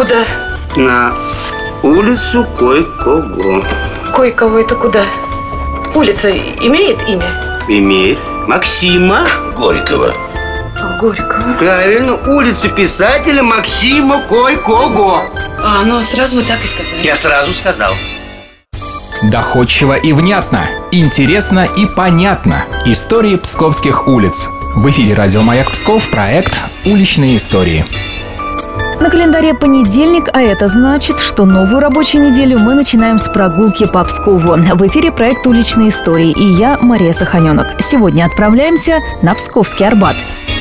Куда? На улицу Кой-Кого. Кой-Кого это куда? Улица имеет имя? Имеет. Максима Горького. Горького. Правильно, улица писателя Максима Кой-Кого. Ну сразу вы так и сказали. Я сразу сказал. Доходчиво и внятно, интересно и понятно. Истории псковских улиц. В эфире радио «Маяк Псков» проект «Уличные истории». На календаре понедельник, а это значит, что новую рабочую неделю мы начинаем с прогулки по Пскову. В эфире проект «Уличные истории» и я, Мария Саханенок. Сегодня отправляемся на Псковский Арбат.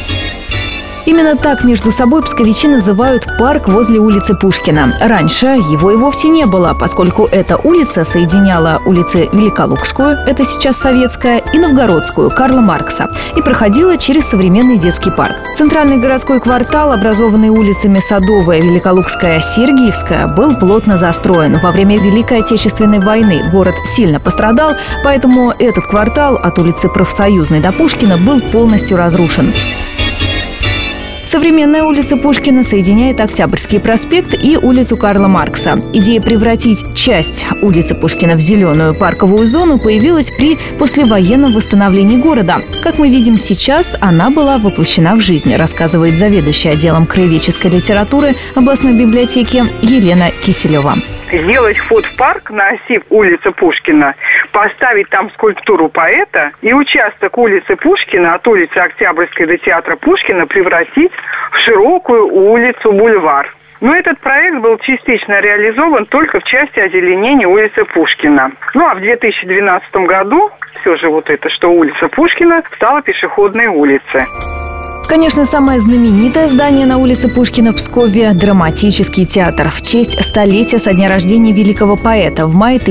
Именно так между собой псковичи называют парк возле улицы Пушкина. Раньше его и вовсе не было, поскольку эта улица соединяла улицы Великолукскую, это сейчас Советская, и Новгородскую, Карла Маркса, и проходила через современный детский парк. Центральный городской квартал, образованный улицами Садовая, Великолукская, Сергиевская, был плотно застроен. Во время Великой Отечественной войны город сильно пострадал, поэтому этот квартал от улицы Профсоюзной до Пушкина был полностью разрушен. Современная улица Пушкина соединяет Октябрьский проспект и улицу Карла Маркса. Идея превратить часть улицы Пушкина в зеленую парковую зону появилась при послевоенном восстановлении города. Как мы видим сейчас, она была воплощена в жизнь, рассказывает заведующая отделом краеведческой литературы областной библиотеки Елена Киселева. Сделать вход в парк на оси улицы Пушкина, поставить там скульптуру поэта и участок улицы Пушкина от улицы Октябрьской до театра Пушкина превратить в широкую улицу-бульвар. Но этот проект был частично реализован только в части озеленения улицы Пушкина. А в 2012 году все же что улица Пушкина стала пешеходной улицей. Конечно, самое знаменитое здание на улице Пушкина в Пскове – драматический театр. В честь столетия со дня рождения великого поэта в мае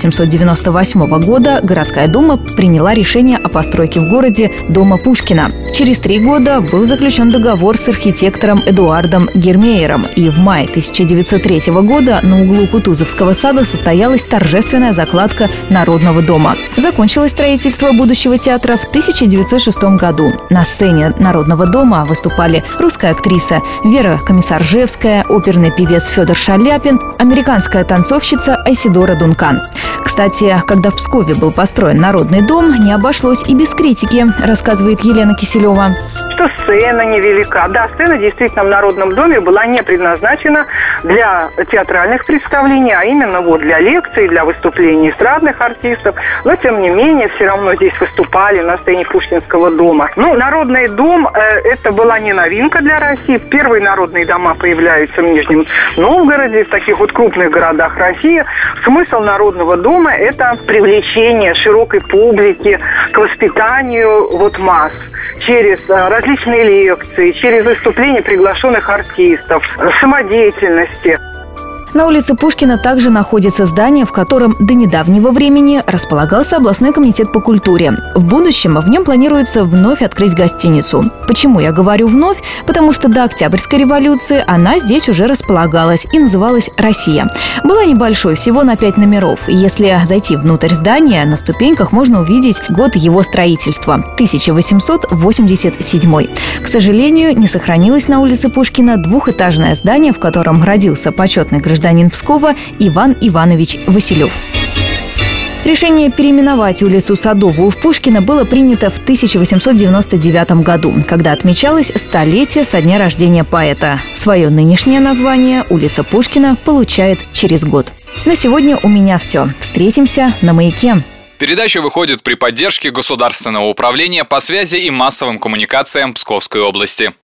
1898 года городская дума приняла решение о постройке в городе дома Пушкина. Через 3 года был заключен договор с архитектором Эдуардом Гермеером, и в мае 1903 года на углу Кутузовского сада состоялась торжественная закладка Народного дома. Закончилось строительство будущего театра в 1906 году. На сцене Народного дома выступали русская актриса Вера Комиссаржевская, оперный певец Федор Шаляпин, американская танцовщица Айседора Дункан. Кстати, когда в Пскове был построен Народный дом, не обошлось и без критики, рассказывает Елена Киселева. Что сцена невелика. Да, сцена действительно в Народном доме была не предназначена для театральных представлений, а именно для лекций, для выступлений эстрадных артистов. Но, тем не менее, все равно здесь выступали на сцене Пушкинского дома. Народный дом это была не новинка для России. Первые народные дома появляются в Нижнем Новгороде, в таких крупных городах России. Смысл Народного дома – это привлечение широкой публики к воспитанию масс через различные лекции, через выступления приглашенных артистов, самодеятельности. На улице Пушкина также находится здание, в котором до недавнего времени располагался областной комитет по культуре. В будущем в нем планируется вновь открыть гостиницу. Почему я говорю «вновь»? Потому что до Октябрьской революции она здесь уже располагалась и называлась «Россия». Была небольшой, всего на 5 номеров. И если зайти внутрь здания, на ступеньках можно увидеть год его строительства – 1887. К сожалению, не сохранилось на улице Пушкина двухэтажное здание, в котором родился почетный гражданин Пскова Иван Иванович Василев. Решение переименовать улицу Садовую в Пушкина было принято в 1899 году, когда отмечалось столетие со дня рождения поэта. Свое нынешнее название улица Пушкина получает через год. На сегодня у меня все. Встретимся на «Маяке». Передача выходит при поддержке Государственного управления по связи и массовым коммуникациям Псковской области.